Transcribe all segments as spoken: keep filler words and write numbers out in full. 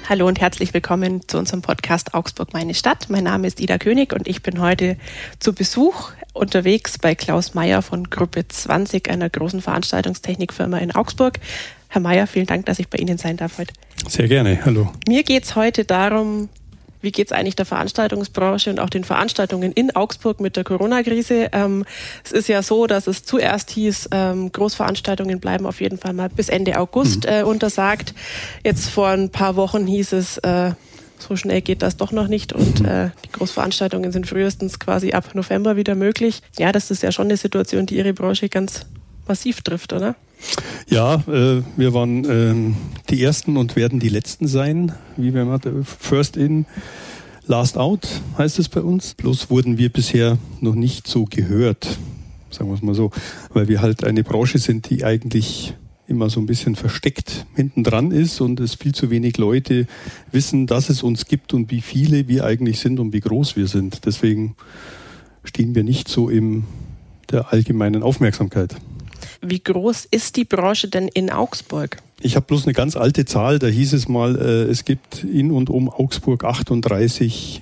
Hallo und herzlich willkommen zu unserem Podcast Augsburg, meine Stadt. Mein Name ist Ida König und ich bin heute zu Besuch unterwegs bei Klaus Meyer von Gruppe zwanzig, einer großen Veranstaltungstechnikfirma in Augsburg. Herr Meyer, vielen Dank, dass ich bei Ihnen sein darf heute. Sehr gerne, hallo. Mir geht es heute darum, wie geht es eigentlich der Veranstaltungsbranche und auch den Veranstaltungen in Augsburg mit der Corona-Krise? Ähm, es ist ja so, dass es zuerst hieß, ähm, Großveranstaltungen bleiben auf jeden Fall mal bis Ende August mhm. äh, untersagt. Jetzt vor ein paar Wochen hieß es, äh, so schnell geht das doch noch nicht und äh, die Großveranstaltungen sind frühestens quasi ab November wieder möglich. Ja, das ist ja schon eine Situation, die Ihre Branche ganz massiv trifft, oder? Ja, äh, wir waren äh, die Ersten und werden die Letzten sein. Wie wir mal, First in, Last out heißt es bei uns. Bloß wurden wir bisher noch nicht so gehört, sagen wir es mal so, weil wir halt eine Branche sind, die eigentlich immer so ein bisschen versteckt hinten dran ist und es viel zu wenig Leute wissen, dass es uns gibt und wie viele wir eigentlich sind und wie groß wir sind. Deswegen stehen wir nicht so in der allgemeinen Aufmerksamkeit. Wie groß ist die Branche denn in Augsburg? Ich habe bloß eine ganz alte Zahl, da hieß es mal, äh, es gibt in und um Augsburg achtunddreißig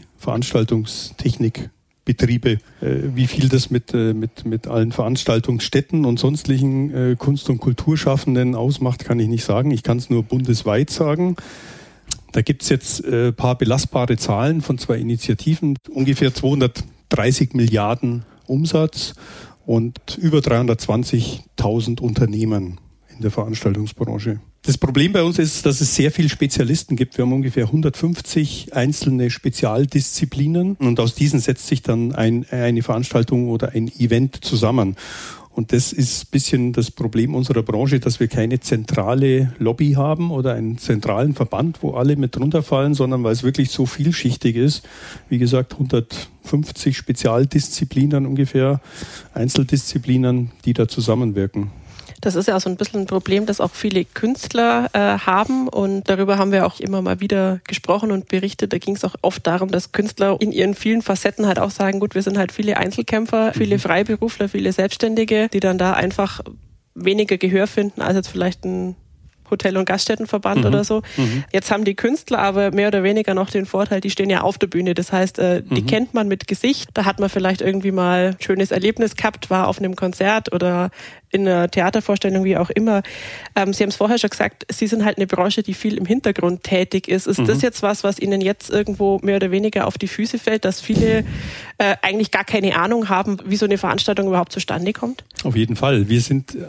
Veranstaltungstechnikbetriebe. Äh, wie viel das mit, äh, mit, mit allen Veranstaltungsstätten und sonstigen äh, Kunst- und Kulturschaffenden ausmacht, kann ich nicht sagen. Ich kann es nur bundesweit sagen. Da gibt es jetzt ein äh, paar belastbare Zahlen von zwei Initiativen. Ungefähr zweihundertdreißig Milliarden Umsatz und über dreihundertzwanzigtausend Unternehmen in der Veranstaltungsbranche. Das Problem bei uns ist, dass es sehr viele Spezialisten gibt. Wir haben ungefähr hundertfünfzig einzelne Spezialdisziplinen und aus diesen setzt sich dann ein, eine Veranstaltung oder ein Event zusammen. Und das ist ein bisschen das Problem unserer Branche, dass wir keine zentrale Lobby haben oder einen zentralen Verband, wo alle mit drunter fallen, sondern weil es wirklich so vielschichtig ist. Wie gesagt, hundertfünfzig Spezialdisziplinen ungefähr, Einzeldisziplinen, die da zusammenwirken. Das ist ja auch so ein bisschen ein Problem, das auch viele Künstler äh, haben und darüber haben wir auch immer mal wieder gesprochen und berichtet. Da ging es auch oft darum, dass Künstler in ihren vielen Facetten halt auch sagen, gut, wir sind halt viele Einzelkämpfer, viele Freiberufler, viele Selbstständige, die dann da einfach weniger Gehör finden als jetzt vielleicht ein Hotel- und Gaststättenverband mhm. oder so. Mhm. Jetzt haben die Künstler aber mehr oder weniger noch den Vorteil, die stehen ja auf der Bühne. Das heißt, äh, die mhm. kennt man mit Gesicht. Da hat man vielleicht irgendwie mal ein schönes Erlebnis gehabt, war auf einem Konzert oder in einer Theatervorstellung, wie auch immer. Ähm, Sie haben es vorher schon gesagt, Sie sind halt eine Branche, die viel im Hintergrund tätig ist. Ist mhm. das jetzt was, was Ihnen jetzt irgendwo mehr oder weniger auf die Füße fällt, dass viele äh, eigentlich gar keine Ahnung haben, wie so eine Veranstaltung überhaupt zustande kommt? Auf jeden Fall. Wir sind...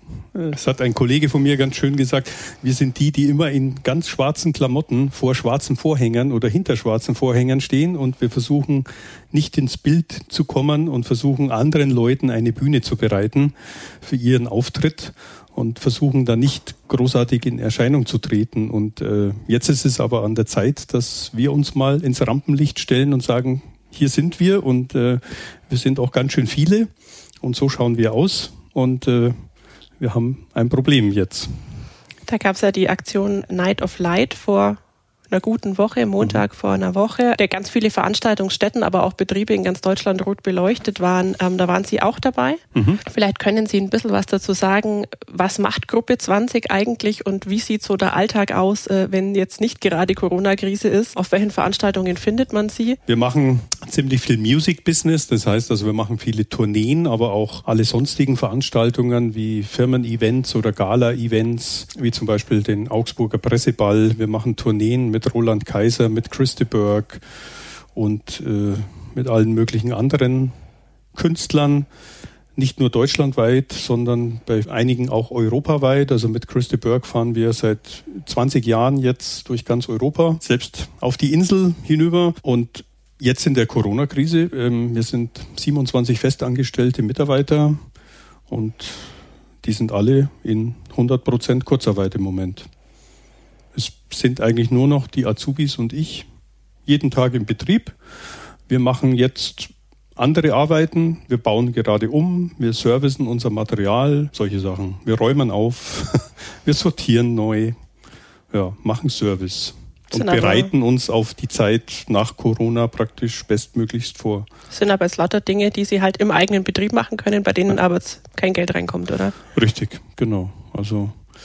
Es hat ein Kollege von mir ganz schön gesagt, wir sind die, die immer in ganz schwarzen Klamotten vor schwarzen Vorhängern oder hinter schwarzen Vorhängern stehen und wir versuchen nicht ins Bild zu kommen und versuchen anderen Leuten eine Bühne zu bereiten für ihren Auftritt und versuchen da nicht großartig in Erscheinung zu treten. Und äh, jetzt ist es aber an der Zeit, dass wir uns mal ins Rampenlicht stellen und sagen, hier sind wir und äh, wir sind auch ganz schön viele und so schauen wir aus und äh, wir haben ein Problem jetzt. Da gab es ja die Aktion Night of Light vor einer guten Woche, Montag mhm. vor einer Woche, der ganz viele Veranstaltungsstätten, aber auch Betriebe in ganz Deutschland rot beleuchtet waren. Ähm, da waren Sie auch dabei. Mhm. Vielleicht können Sie ein bisschen was dazu sagen. Was macht Gruppe zwanzig eigentlich und wie sieht so der Alltag aus, äh, wenn jetzt nicht gerade Corona-Krise ist? Auf welchen Veranstaltungen findet man Sie? Wir machen ziemlich viel Music-Business. Das heißt, also wir machen viele Tourneen, aber auch alle sonstigen Veranstaltungen wie Firmen-Events oder Gala-Events, wie zum Beispiel den Augsburger Presseball. Wir machen Tourneen mit mit Roland Kaiser, mit Chris de Burgh und äh, mit allen möglichen anderen Künstlern, nicht nur deutschlandweit, sondern bei einigen auch europaweit. Also mit Chris de Burgh fahren wir seit zwanzig Jahren jetzt durch ganz Europa, selbst auf die Insel hinüber. Und jetzt in der Corona-Krise, ähm, wir sind siebenundzwanzig festangestellte Mitarbeiter und die sind alle in hundert Prozent Kurzarbeit im Moment. Es sind eigentlich nur noch die Azubis und ich jeden Tag im Betrieb. Wir machen jetzt andere Arbeiten. Wir bauen gerade um. Wir servicen unser Material, solche Sachen. Wir räumen auf. Wir sortieren neu. Ja, machen Service. Und bereiten uns auf die Zeit nach Corona praktisch bestmöglichst vor. Das sind aber jetzt lauter Dinge, die Sie halt im eigenen Betrieb machen können, bei denen aber jetzt kein Geld reinkommt, oder? Richtig, genau. Also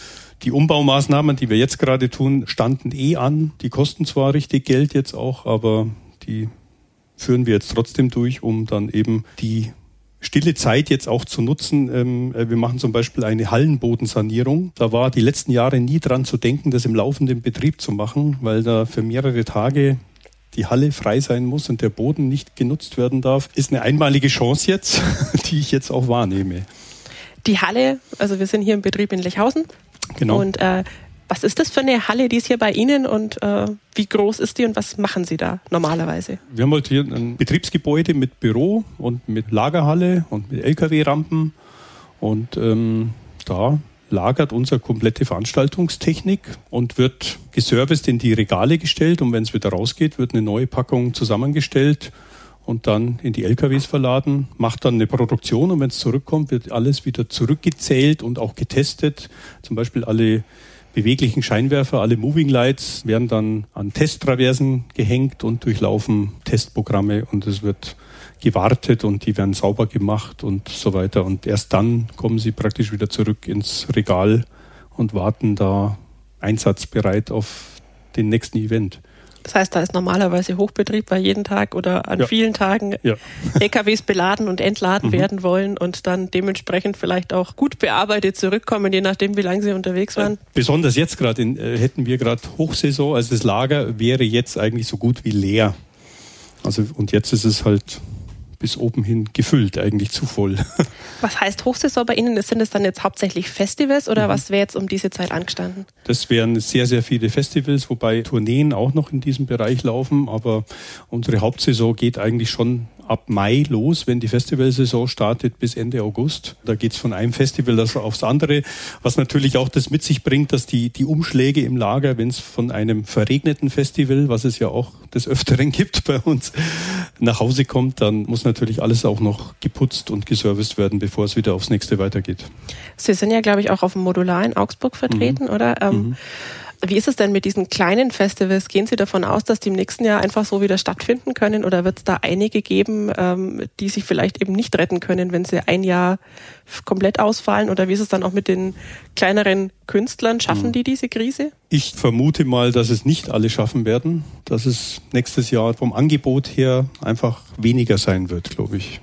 Die Umbaumaßnahmen, die wir jetzt gerade tun, standen eh an. Die kosten zwar richtig Geld jetzt auch, aber die führen wir jetzt trotzdem durch, um dann eben die stille Zeit jetzt auch zu nutzen. Wir machen zum Beispiel eine Hallenbodensanierung. Da war die letzten Jahre nie dran zu denken, das im laufenden Betrieb zu machen, weil da für mehrere Tage die Halle frei sein muss und der Boden nicht genutzt werden darf. Ist eine einmalige Chance jetzt, die ich jetzt auch wahrnehme. Die Halle, also wir sind hier im Betrieb in Lechhausen. Genau. Und äh, was ist das für eine Halle, die ist hier bei Ihnen und äh, wie groß ist die und was machen Sie da normalerweise? Wir haben halt hier ein Betriebsgebäude mit Büro und mit Lagerhalle und mit L K W-Rampen und ähm, da lagert unsere komplette Veranstaltungstechnik und wird geserviced in die Regale gestellt und wenn es wieder rausgeht, wird eine neue Packung zusammengestellt und dann in die L K Ws verladen, macht dann eine Produktion und wenn es zurückkommt, wird alles wieder zurückgezählt und auch getestet. Zum Beispiel alle beweglichen Scheinwerfer, alle Moving Lights werden dann an Testtraversen gehängt und durchlaufen Testprogramme und es wird gewartet und die werden sauber gemacht und so weiter. Und erst dann kommen sie praktisch wieder zurück ins Regal und warten da einsatzbereit auf den nächsten Event. Das heißt, da ist normalerweise Hochbetrieb, weil jeden Tag oder an ja. vielen Tagen ja. L K Ws beladen und entladen mhm. werden wollen und dann dementsprechend vielleicht auch gut bearbeitet zurückkommen, je nachdem, wie lange sie unterwegs waren. Besonders jetzt gerade äh, hätten wir gerade Hochsaison, also das Lager wäre jetzt eigentlich so gut wie leer. Also und jetzt ist es halt bis oben hin gefüllt, eigentlich zu voll. Was heißt Hochsaison bei Ihnen? Sind es dann jetzt hauptsächlich Festivals oder mhm. was wäre jetzt um diese Zeit angestanden? Das wären sehr, sehr viele Festivals, wobei Tourneen auch noch in diesem Bereich laufen, aber unsere Hauptsaison geht eigentlich schon ab Mai los, wenn die Festivalsaison startet, bis Ende August. Da geht es von einem Festival aufs andere, was natürlich auch das mit sich bringt, dass die, die Umschläge im Lager, wenn es von einem verregneten Festival, was es ja auch des Öfteren gibt bei uns, nach Hause kommt, dann muss natürlich alles auch noch geputzt und geserviced werden, bevor es wieder aufs nächste weitergeht. Sie sind ja, glaube ich, auch auf dem Modular in Augsburg vertreten, mhm. oder? Ähm, mhm. Wie ist es denn mit diesen kleinen Festivals? Gehen Sie davon aus, dass die im nächsten Jahr einfach so wieder stattfinden können? Oder wird es da einige geben, ähm, die sich vielleicht eben nicht retten können, wenn sie ein Jahr komplett ausfallen? Oder wie ist es dann auch mit den kleineren Künstlern? Schaffen die diese Krise? Ich vermute mal, dass es nicht alle schaffen werden. Dass es nächstes Jahr vom Angebot her einfach weniger sein wird, glaube ich.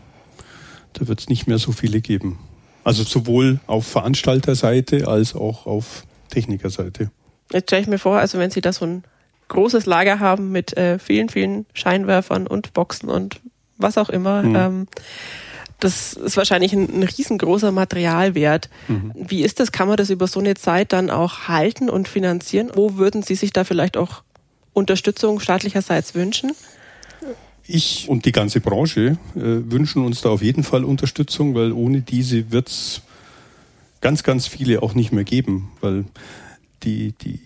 Da wird es nicht mehr so viele geben. Also sowohl auf Veranstalterseite als auch auf Technikerseite. Jetzt stelle ich mir vor, also wenn Sie da so ein großes Lager haben mit äh, vielen, vielen Scheinwerfern und Boxen und was auch immer, mhm. ähm, das ist wahrscheinlich ein, ein riesengroßer Materialwert. Mhm. Wie ist das? Kann man das über so eine Zeit dann auch halten und finanzieren? Wo würden Sie sich da vielleicht auch Unterstützung staatlicherseits wünschen? Ich und die ganze Branche äh, wünschen uns da auf jeden Fall Unterstützung, weil ohne diese wird es ganz, ganz viele auch nicht mehr geben, weil Die, die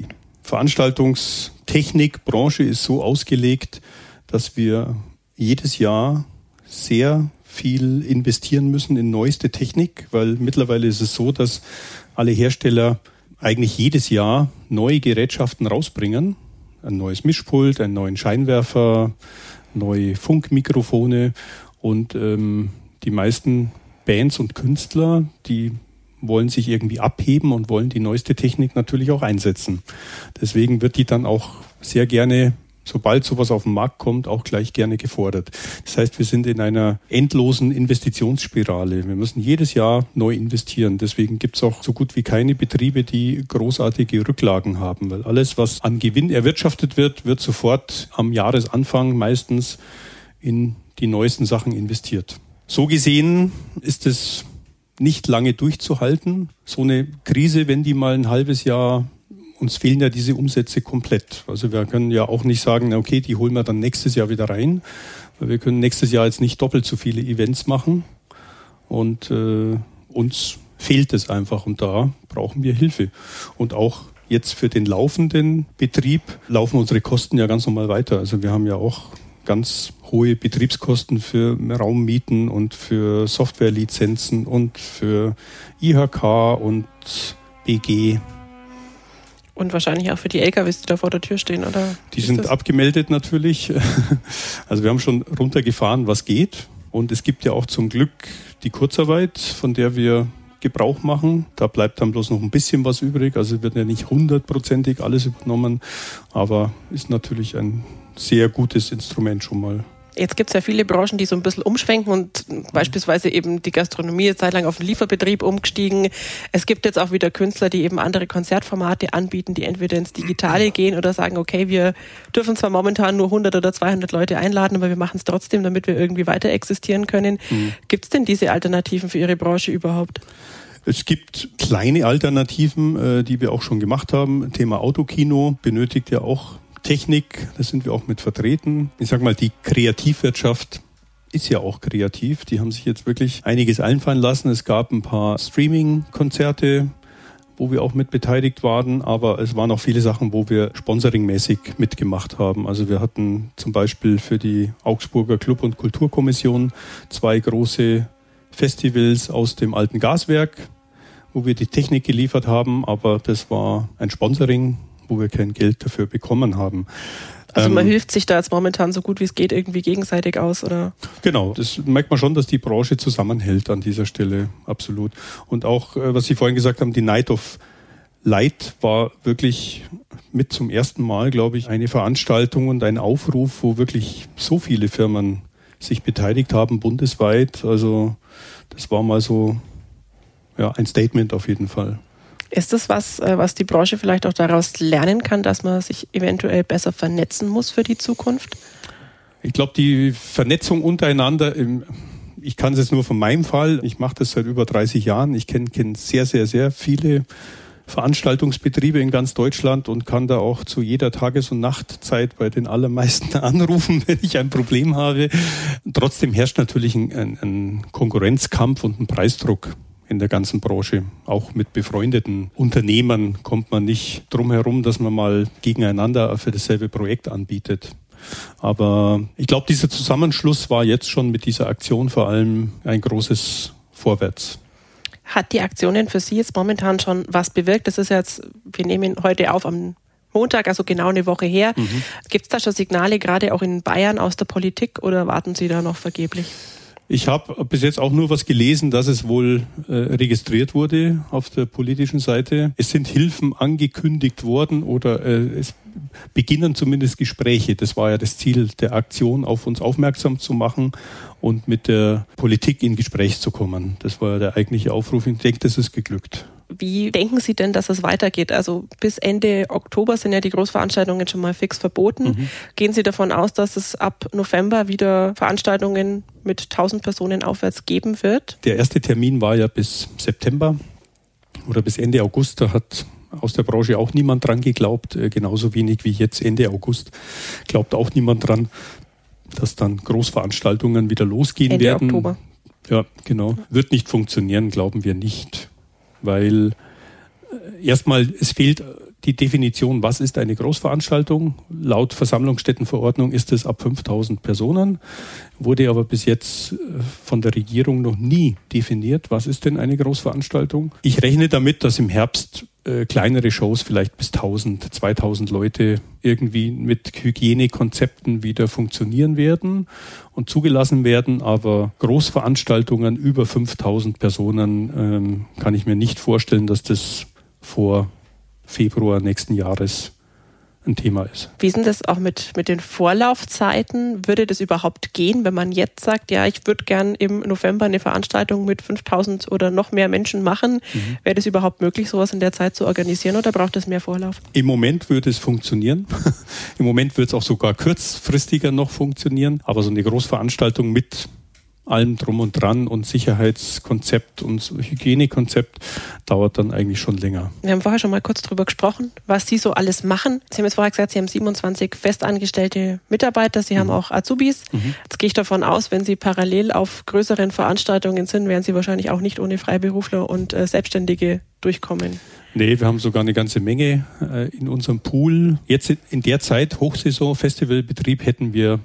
Veranstaltungstechnikbranche ist so ausgelegt, dass wir jedes Jahr sehr viel investieren müssen in neueste Technik, weil mittlerweile ist es so, dass alle Hersteller eigentlich jedes Jahr neue Gerätschaften rausbringen. Ein neues Mischpult, einen neuen Scheinwerfer, neue Funkmikrofone und ähm, die meisten Bands und Künstler, die wollen sich irgendwie abheben und wollen die neueste Technik natürlich auch einsetzen. Deswegen wird die dann auch sehr gerne, sobald sowas auf den Markt kommt, auch gleich gerne gefordert. Das heißt, wir sind in einer endlosen Investitionsspirale. Wir müssen jedes Jahr neu investieren. Deswegen gibt es auch so gut wie keine Betriebe, die großartige Rücklagen haben, weil alles, was an Gewinn erwirtschaftet wird, wird sofort am Jahresanfang meistens in die neuesten Sachen investiert. So gesehen ist es nicht lange durchzuhalten. So eine Krise, wenn die mal ein halbes Jahr, uns fehlen ja diese Umsätze komplett. Also wir können ja auch nicht sagen, okay, die holen wir dann nächstes Jahr wieder rein, weil wir können nächstes Jahr jetzt nicht doppelt so viele Events machen und äh, uns fehlt es einfach und da brauchen wir Hilfe. Und auch jetzt für den laufenden Betrieb laufen unsere Kosten ja ganz normal weiter. Also wir haben ja auch ganz hohe Betriebskosten für Raummieten und für Softwarelizenzen und für I H K und B G. Und wahrscheinlich auch für die L K Ws, die da vor der Tür stehen, oder? Die sind abgemeldet natürlich. Also wir haben schon runtergefahren, was geht. Und es gibt ja auch zum Glück die Kurzarbeit, von der wir Gebrauch machen. Da bleibt dann bloß noch ein bisschen was übrig. Also wird ja nicht hundertprozentig alles übernommen, aber ist natürlich ein sehr gutes Instrument schon mal. Jetzt gibt es ja viele Branchen, die so ein bisschen umschwenken und beispielsweise eben die Gastronomie ist zeitlang auf den Lieferbetrieb umgestiegen. Es gibt jetzt auch wieder Künstler, die eben andere Konzertformate anbieten, die entweder ins Digitale gehen oder sagen, okay, wir dürfen zwar momentan nur hundert oder zweihundert Leute einladen, aber wir machen es trotzdem, damit wir irgendwie weiter existieren können. Mhm. Gibt es denn diese Alternativen für Ihre Branche überhaupt? Es gibt kleine Alternativen, die wir auch schon gemacht haben. Thema Autokino benötigt ja auch Technik, da sind wir auch mit vertreten. Ich sag mal, die Kreativwirtschaft ist ja auch kreativ. Die haben sich jetzt wirklich einiges einfallen lassen. Es gab ein paar Streaming-Konzerte, wo wir auch mit beteiligt waren, aber es waren auch viele Sachen, wo wir sponsoringmäßig mitgemacht haben. Also wir hatten zum Beispiel für die Augsburger Club- und Kulturkommission zwei große Festivals aus dem alten Gaswerk, wo wir die Technik geliefert haben, aber das war ein Sponsoring, wo wir kein Geld dafür bekommen haben. Also man ähm, hilft sich da jetzt momentan so gut wie es geht irgendwie gegenseitig aus, oder? Genau, das merkt man schon, dass die Branche zusammenhält an dieser Stelle, absolut. Und auch, was Sie vorhin gesagt haben, die Night of Light war wirklich mit zum ersten Mal, glaube ich, eine Veranstaltung und ein Aufruf, wo wirklich so viele Firmen sich beteiligt haben, bundesweit. Also das war mal so ja, ein Statement auf jeden Fall. Ist das was, was die Branche vielleicht auch daraus lernen kann, dass man sich eventuell besser vernetzen muss für die Zukunft? Ich glaube, die Vernetzung untereinander, ich kann es jetzt nur von meinem Fall, ich mache das seit über dreißig Jahren, ich kenne kenn sehr, sehr, sehr viele Veranstaltungsbetriebe in ganz Deutschland und kann da auch zu jeder Tages- und Nachtzeit bei den allermeisten anrufen, wenn ich ein Problem habe. Trotzdem herrscht natürlich ein, ein, ein Konkurrenzkampf und ein Preisdruck in der ganzen Branche. Auch mit befreundeten Unternehmern kommt man nicht drum herum, dass man mal gegeneinander für dasselbe Projekt anbietet. Aber ich glaube, dieser Zusammenschluss war jetzt schon mit dieser Aktion vor allem ein großes Vorwärts. Hat die Aktion denn für Sie jetzt momentan schon was bewirkt? Das ist jetzt, wir nehmen heute auf am Montag, also genau eine Woche her. Mhm. Gibt es da schon Signale, gerade auch in Bayern aus der Politik, oder warten Sie da noch vergeblich? Ich habe bis jetzt auch nur was gelesen, dass es wohl äh, registriert wurde auf der politischen Seite. Es sind Hilfen angekündigt worden oder äh, es beginnen zumindest Gespräche. Das war ja das Ziel der Aktion, auf uns aufmerksam zu machen und mit der Politik in Gespräch zu kommen. Das war ja der eigentliche Aufruf. Ich denke, das ist geglückt. Wie denken Sie denn, dass es weitergeht? Also bis Ende Oktober sind ja die Großveranstaltungen schon mal fix verboten. Mhm. Gehen Sie davon aus, dass es ab November wieder Veranstaltungen mit tausend Personen aufwärts geben wird? Der erste Termin war ja bis September oder bis Ende August. Da hat aus der Branche auch niemand dran geglaubt. Genauso wenig wie jetzt Ende August glaubt auch niemand dran, dass dann Großveranstaltungen wieder losgehen Ende werden. Oktober. Ja, genau. Wird nicht funktionieren, glauben wir nicht. Weil äh, erstmal, es fehlt die Definition, was ist eine Großveranstaltung. Laut Versammlungsstättenverordnung ist es ab fünftausend Personen, wurde aber bis jetzt äh, von der Regierung noch nie definiert, was ist denn eine Großveranstaltung. Ich rechne damit, dass im Herbst äh, kleinere Shows vielleicht bis tausend, zweitausend Leute irgendwie mit Hygienekonzepten wieder funktionieren werden und zugelassen werden, aber Großveranstaltungen über fünftausend Personen ähm, kann ich mir nicht vorstellen, dass das vor Februar nächsten Jahres ein Thema ist. Wie ist denn das auch mit, mit den Vorlaufzeiten? Würde das überhaupt gehen, wenn man jetzt sagt, ja, ich würde gern im November eine Veranstaltung mit fünftausend oder noch mehr Menschen machen? Mhm. Wäre das überhaupt möglich, sowas in der Zeit zu organisieren, oder braucht es mehr Vorlauf? Im Moment würde es funktionieren. Im Moment wird es auch sogar kurzfristiger noch funktionieren. Aber so eine Großveranstaltung mit allem drum und dran und Sicherheitskonzept und Hygienekonzept dauert dann eigentlich schon länger. Wir haben vorher schon mal kurz drüber gesprochen, was Sie so alles machen. Sie haben jetzt vorher gesagt, Sie haben siebenundzwanzig festangestellte Mitarbeiter, Sie mhm. haben auch Azubis. Mhm. Jetzt gehe ich davon aus, wenn Sie parallel auf größeren Veranstaltungen sind, werden Sie wahrscheinlich auch nicht ohne Freiberufler und äh, Selbstständige durchkommen. Nee, wir haben sogar eine ganze Menge äh, in unserem Pool. Jetzt in der Zeit, Hochsaison, Festivalbetrieb, hätten wir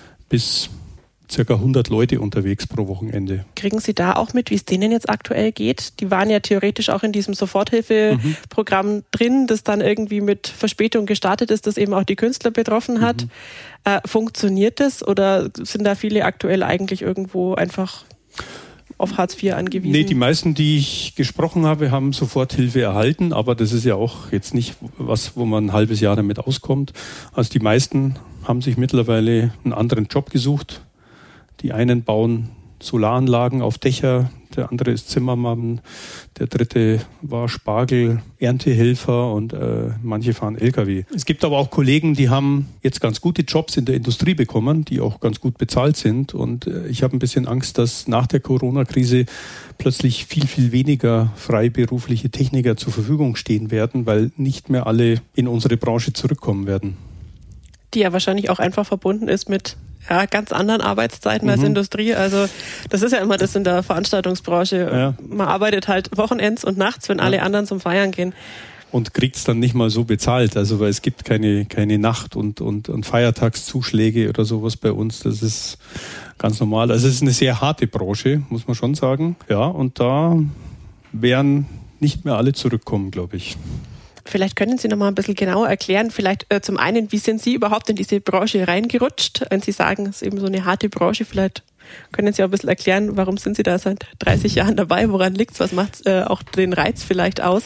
bis circa hundert Leute unterwegs pro Wochenende. Kriegen Sie da auch mit, wie es denen jetzt aktuell geht? Die waren ja theoretisch auch in diesem Soforthilfeprogramm mhm. drin, das dann irgendwie mit Verspätung gestartet ist, das eben auch die Künstler betroffen hat. Mhm. Äh, funktioniert das oder sind da viele aktuell eigentlich irgendwo einfach auf Hartz vier angewiesen? Nee, die meisten, die ich gesprochen habe, haben Soforthilfe erhalten, aber das ist ja auch jetzt nicht was, wo man ein halbes Jahr damit auskommt. Also die meisten haben sich mittlerweile einen anderen Job gesucht. Die einen bauen Solaranlagen auf Dächer, der andere ist Zimmermann, der dritte war Spargel, Erntehelfer und äh, manche fahren L K W. Es gibt aber auch Kollegen, die haben jetzt ganz gute Jobs in der Industrie bekommen, die auch ganz gut bezahlt sind und äh, ich habe ein bisschen Angst, dass nach der Corona-Krise plötzlich viel, viel weniger freiberufliche Techniker zur Verfügung stehen werden, weil nicht mehr alle in unsere Branche zurückkommen werden. Die ja wahrscheinlich auch einfach verbunden ist mit ja, ganz anderen Arbeitszeiten mhm. als Industrie. Also das ist ja immer das in der Veranstaltungsbranche. Ja. Man arbeitet halt Wochenends und nachts, wenn ja. alle anderen zum Feiern gehen. Und kriegt es dann nicht mal so bezahlt. Also weil es gibt keine, keine Nacht- und, und, und Feiertagszuschläge oder sowas bei uns. Das ist ganz normal. Also es ist eine sehr harte Branche, muss man schon sagen. Ja, und da werden nicht mehr alle zurückkommen, glaube ich. Vielleicht können Sie noch mal ein bisschen genauer erklären, vielleicht äh, zum einen, wie sind Sie überhaupt in diese Branche reingerutscht? Wenn Sie sagen, es ist eben so eine harte Branche, vielleicht können Sie auch ein bisschen erklären, warum sind Sie da seit dreißig Jahren dabei? Woran liegt es? Was macht äh, auch den Reiz vielleicht aus?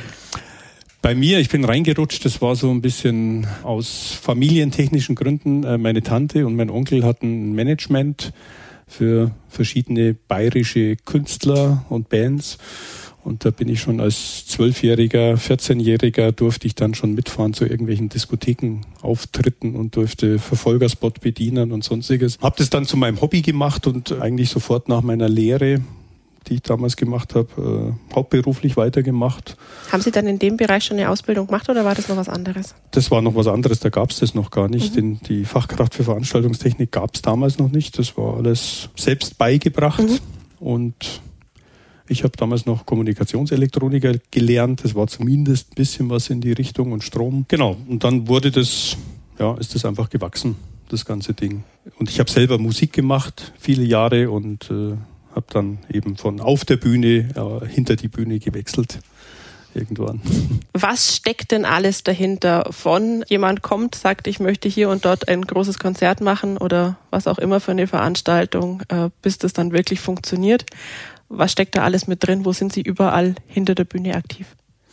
Bei mir, ich bin reingerutscht, das war so ein bisschen aus familientechnischen Gründen. Äh, meine Tante und mein Onkel hatten ein Management für verschiedene bayerische Künstler und Bands. Und da bin ich schon als Zwölfjähriger, vierzehnjähriger durfte ich dann schon mitfahren zu irgendwelchen Diskothekenauftritten und durfte Verfolgerspot bedienen und sonstiges. Hab das dann zu meinem Hobby gemacht und eigentlich sofort nach meiner Lehre, die ich damals gemacht habe, äh, hauptberuflich weitergemacht. Haben Sie dann in dem Bereich schon eine Ausbildung gemacht oder war das noch was anderes? Das war noch was anderes, da gab es das noch gar nicht. Mhm. Den, die Fachkraft für Veranstaltungstechnik gab es damals noch nicht. Das war alles selbst beigebracht mhm. und ich habe damals noch Kommunikationselektroniker gelernt. Das war zumindest ein bisschen was in die Richtung und Strom. Genau. Und dann wurde das, ja, ist das einfach gewachsen, das ganze Ding. Und ich habe selber Musik gemacht, viele Jahre und äh, habe dann eben von auf der Bühne äh, hinter die Bühne gewechselt. Irgendwann. Was steckt denn alles dahinter? Von jemand kommt, sagt, ich möchte hier und dort ein großes Konzert machen oder was auch immer für eine Veranstaltung, äh, bis das dann wirklich funktioniert. Was steckt da alles mit drin? Wo sind Sie überall hinter der Bühne aktiv?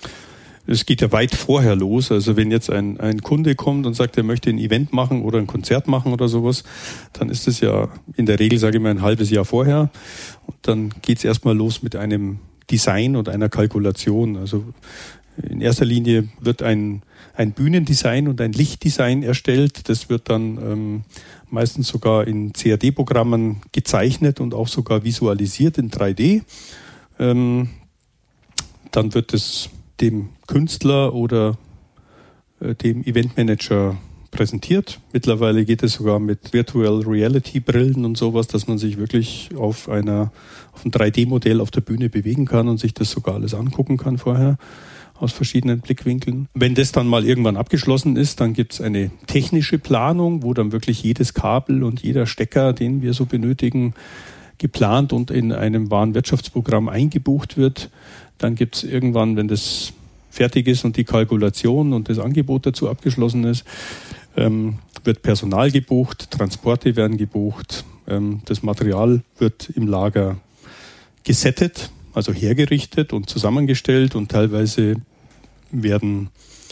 Es geht ja weit vorher los. Also wenn jetzt ein, ein Kunde kommt und sagt, er möchte ein Event machen oder ein Konzert machen oder sowas, dann ist es ja in der Regel, sage ich mal, ein halbes Jahr vorher. Und dann geht es erstmal los mit einem Design und einer Kalkulation. Also in erster Linie wird ein, ein Bühnendesign und ein Lichtdesign erstellt. Das wird dann ähm, meistens sogar in C A D-Programmen gezeichnet und auch sogar visualisiert in drei D. Ähm, dann wird es dem Künstler oder äh, dem Eventmanager präsentiert. Mittlerweile geht es sogar mit Virtual Reality Brillen und sowas, dass man sich wirklich auf einer auf einem drei D-Modell auf der Bühne bewegen kann und sich das sogar alles angucken kann vorher aus verschiedenen Blickwinkeln. Wenn das dann mal irgendwann abgeschlossen ist, dann gibt es eine technische Planung, wo dann wirklich jedes Kabel und jeder Stecker, den wir so benötigen, geplant und in einem Warenwirtschaftsprogramm eingebucht wird. Dann gibt es irgendwann, wenn das fertig ist und die Kalkulation und das Angebot dazu abgeschlossen ist, ähm, wird Personal gebucht, Transporte werden gebucht, ähm, das Material wird im Lager gesettet, also hergerichtet und zusammengestellt und teilweise werden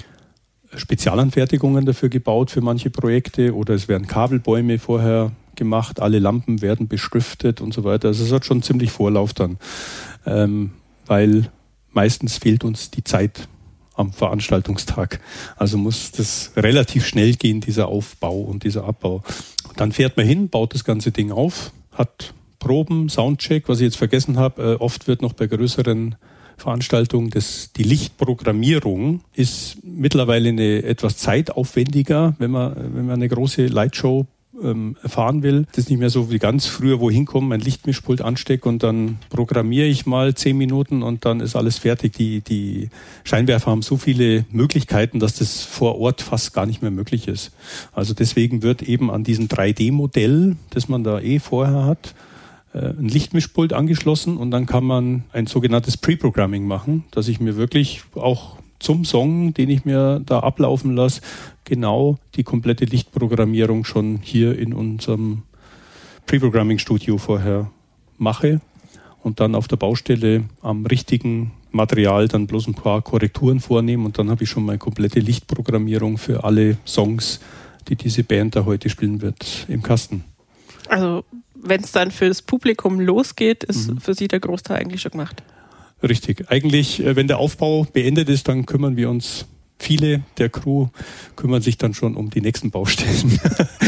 Spezialanfertigungen dafür gebaut für manche Projekte oder es werden Kabelbäume vorher gemacht, alle Lampen werden beschriftet und so weiter. Also es hat schon ziemlich Vorlauf dann, ähm, weil meistens fehlt uns die Zeit am Veranstaltungstag. Also muss das relativ schnell gehen, dieser Aufbau und dieser Abbau. Und dann fährt man hin, baut das ganze Ding auf, hat Proben, Soundcheck, was ich jetzt vergessen habe. Äh, oft wird noch bei größeren Veranstaltungen das, die Lichtprogrammierung ist mittlerweile eine, etwas zeitaufwendiger, wenn man, wenn man eine große Lightshow ähm, erfahren will. Das ist nicht mehr so wie ganz früher, wo ich hinkomme, mein Lichtmischpult anstecke und dann programmiere ich mal zehn Minuten und dann ist alles fertig. Die, die Scheinwerfer haben so viele Möglichkeiten, dass das vor Ort fast gar nicht mehr möglich ist. Also deswegen wird eben an diesem drei D-Modell, das man da eh vorher hat, ein Lichtmischpult angeschlossen und dann kann man ein sogenanntes Pre-Programming machen, dass ich mir wirklich auch zum Song, den ich mir da ablaufen lasse, genau die komplette Lichtprogrammierung schon hier in unserem Pre-Programming-Studio vorher mache. und dann auf der Baustelle am richtigen Material dann bloß ein paar Korrekturen vornehmen und dann habe ich schon meine komplette Lichtprogrammierung für alle Songs, die diese Band da heute spielen wird, im Kasten. Also wenn es dann für das Publikum losgeht, ist mhm. für Sie der Großteil eigentlich schon gemacht? Richtig. Eigentlich, wenn der Aufbau beendet ist, dann kümmern wir uns, viele der Crew kümmern sich dann schon um die nächsten Baustellen,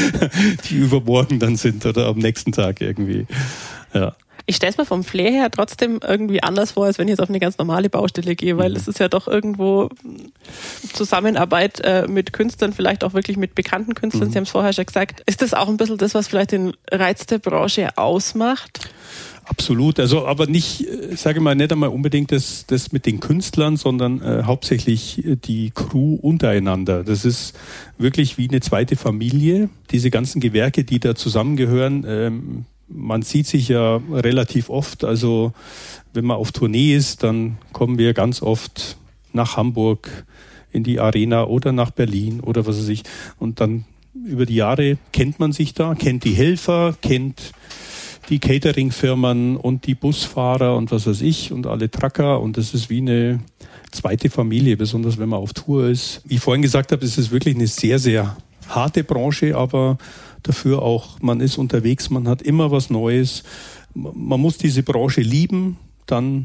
die übermorgen dann sind oder am nächsten Tag irgendwie. Ja. Ich stelle es mir vom Flair her trotzdem irgendwie anders vor, als wenn ich jetzt auf eine ganz normale Baustelle gehe, weil mhm. es ist ja doch irgendwo Zusammenarbeit äh, mit Künstlern, vielleicht auch wirklich mit bekannten Künstlern. Mhm. Sie haben es vorher schon gesagt. Ist das auch ein bisschen das, was vielleicht den Reiz der Branche ausmacht? Absolut, also aber nicht, sage mal, nicht einmal unbedingt das, das mit den Künstlern, sondern äh, hauptsächlich die Crew untereinander. Das ist wirklich wie eine zweite Familie. Diese ganzen Gewerke, die da zusammengehören, ähm, man sieht sich ja relativ oft, also wenn man auf Tournee ist, dann kommen wir ganz oft nach Hamburg in die Arena oder nach Berlin oder was weiß ich. Und dann über die Jahre kennt man sich da, kennt die Helfer, kennt die Catering-Firmen und die Busfahrer und was weiß ich und alle Trucker und das ist wie eine zweite Familie, besonders wenn man auf Tour ist. Wie ich vorhin gesagt habe, es ist wirklich eine sehr, sehr harte Branche, aber dafür auch, man ist unterwegs, man hat immer was Neues. Man muss diese Branche lieben, dann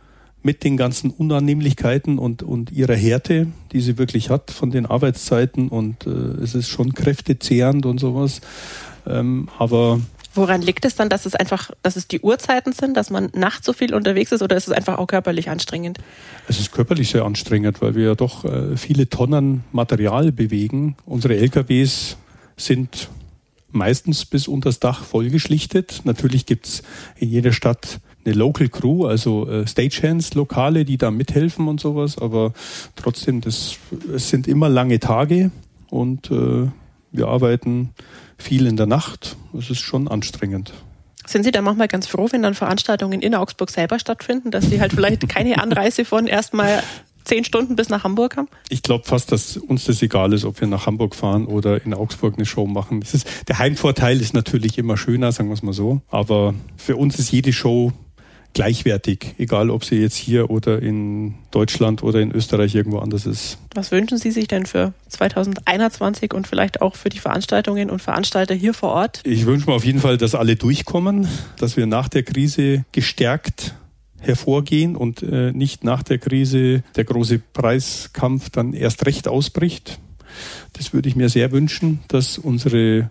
mit den ganzen Unannehmlichkeiten und, und ihrer Härte, die sie wirklich hat von den Arbeitszeiten und äh, es ist schon kräftezehrend und sowas. Ähm, aber woran liegt es dann, dass es einfach, dass es die Uhrzeiten sind, dass man nachts so viel unterwegs ist oder ist es einfach auch körperlich anstrengend? Es ist körperlich sehr anstrengend, weil wir ja doch äh, viele Tonnen Material bewegen. Unsere L K Ws sind meistens bis unters Dach vollgeschlichtet. Natürlich gibt's in jeder Stadt eine Local Crew, also äh, Stagehands, Lokale, die da mithelfen und sowas, aber trotzdem, das, es sind immer lange Tage und äh, wir arbeiten viel in der Nacht. Es ist schon anstrengend. Sind Sie da manchmal ganz froh, wenn dann Veranstaltungen in Augsburg selber stattfinden, dass Sie halt vielleicht keine Anreise von erstmal zehn Stunden bis nach Hamburg haben? Ich glaube fast, dass uns das egal ist, ob wir nach Hamburg fahren oder in Augsburg eine Show machen. Das ist, der Heimvorteil ist natürlich immer schöner, sagen wir es mal so. Aber für uns ist jede Show gleichwertig, egal ob sie jetzt hier oder in Deutschland oder in Österreich irgendwo anders ist. Was wünschen Sie sich denn für zwanzig einundzwanzig und vielleicht auch für die Veranstaltungen und Veranstalter hier vor Ort? Ich wünsche mir auf jeden Fall, dass alle durchkommen, dass wir nach der Krise gestärkt hervorgehen und äh, nicht nach der Krise der große Preiskampf dann erst recht ausbricht. Das würde ich mir sehr wünschen, dass unsere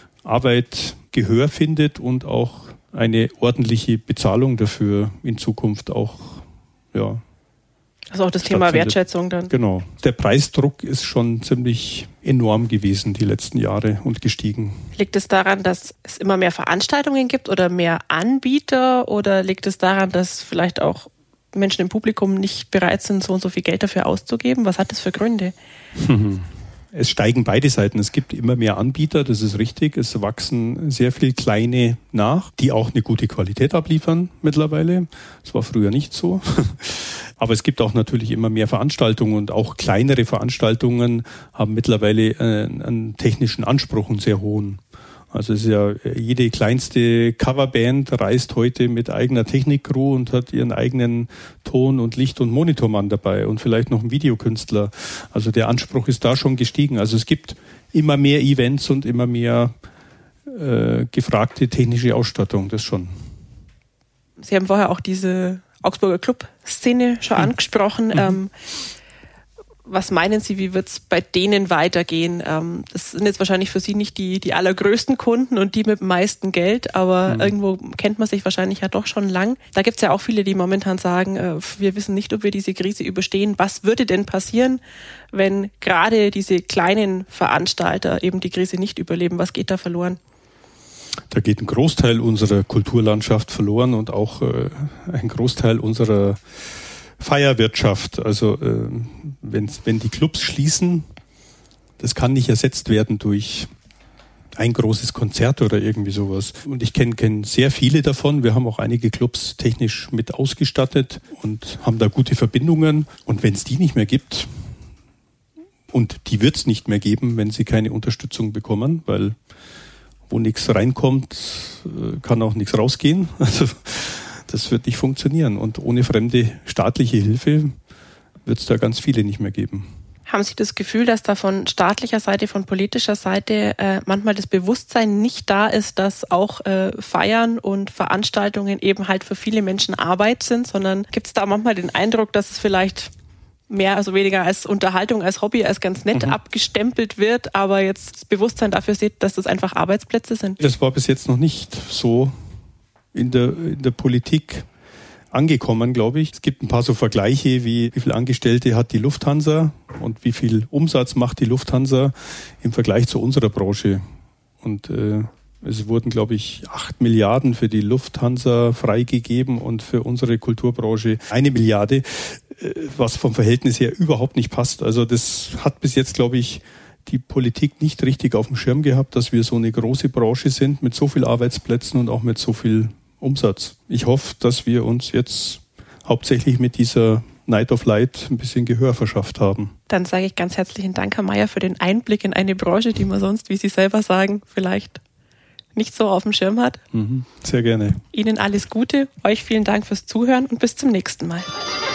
Arbeit Gehör findet und auch eine ordentliche Bezahlung dafür in Zukunft auch, ja. Also auch das Thema Wertschätzung dann. Genau. Der Preisdruck ist schon ziemlich enorm gewesen die letzten Jahre und gestiegen. Liegt es daran, dass es immer mehr Veranstaltungen gibt oder mehr Anbieter oder liegt es daran, dass vielleicht auch Menschen im Publikum nicht bereit sind, so und so viel Geld dafür auszugeben? Was hat das für Gründe? Es steigen beide Seiten. Es gibt immer mehr Anbieter, das ist richtig. Es wachsen sehr viele kleine nach, die auch eine gute Qualität abliefern mittlerweile. Das war früher nicht so. Aber es gibt auch natürlich immer mehr Veranstaltungen und auch kleinere Veranstaltungen haben mittlerweile einen technischen Anspruch, einen sehr hohen. Also es ist ja, jede kleinste Coverband reist heute mit eigener Technik-Crew und hat ihren eigenen Ton- und Licht- und Monitormann dabei und vielleicht noch einen Videokünstler. Also der Anspruch ist da schon gestiegen. Also es gibt immer mehr Events und immer mehr äh, gefragte technische Ausstattung, das schon. Sie haben vorher auch diese Augsburger Club-Szene schon angesprochen. Mhm. Ähm, was meinen Sie, wie wird es bei denen weitergehen? Ähm, das sind jetzt wahrscheinlich für Sie nicht die, die allergrößten Kunden und die mit dem meisten Geld, aber mhm. irgendwo kennt man sich wahrscheinlich ja doch schon lang. Da gibt es ja auch viele, die momentan sagen, äh, wir wissen nicht, ob wir diese Krise überstehen. Was würde denn passieren, wenn gerade diese kleinen Veranstalter eben die Krise nicht überleben? Was geht da verloren? Da geht ein Großteil unserer Kulturlandschaft verloren und auch äh, ein Großteil unserer Feierwirtschaft. Also äh, wenn, wenn die Clubs schließen, das kann nicht ersetzt werden durch ein großes Konzert oder irgendwie sowas. Und ich kenne kenn sehr viele davon. Wir haben auch einige Clubs technisch mit ausgestattet und haben da gute Verbindungen. Und wenn es die nicht mehr gibt, und die wird es nicht mehr geben, wenn sie keine Unterstützung bekommen, weil wo nichts reinkommt, kann auch nichts rausgehen. Also das wird nicht funktionieren. Und ohne fremde staatliche Hilfe wird es da ganz viele nicht mehr geben. Haben Sie das Gefühl, dass da von staatlicher Seite, von politischer Seite äh, manchmal das Bewusstsein nicht da ist, dass auch äh, Feiern und Veranstaltungen eben halt für viele Menschen Arbeit sind, sondern gibt es da manchmal den Eindruck, dass es vielleicht mehr, also weniger als Unterhaltung, als Hobby, als ganz nett mhm. abgestempelt wird, aber jetzt das Bewusstsein dafür sieht, dass das einfach Arbeitsplätze sind? Das war bis jetzt noch nicht so in der, in der Politik angekommen, glaube ich. Es gibt ein paar so Vergleiche, wie wie viele Angestellte hat die Lufthansa und wie viel Umsatz macht die Lufthansa im Vergleich zu unserer Branche. Und äh, es wurden, glaube ich, acht Milliarden für die Lufthansa freigegeben und für unsere Kulturbranche eine Milliarde, äh, was vom Verhältnis her überhaupt nicht passt. Also das hat bis jetzt, glaube ich, die Politik nicht richtig auf dem Schirm gehabt, dass wir so eine große Branche sind mit so vielen Arbeitsplätzen und auch mit so viel Umsatz. Ich hoffe, dass wir uns jetzt hauptsächlich mit dieser Night of Light ein bisschen Gehör verschafft haben. Dann sage ich ganz herzlichen Dank, Herr Meier, für den Einblick in eine Branche, die man sonst, wie Sie selber sagen, vielleicht nicht so auf dem Schirm hat. Mhm, sehr gerne. Ihnen alles Gute, euch vielen Dank fürs Zuhören und bis zum nächsten Mal.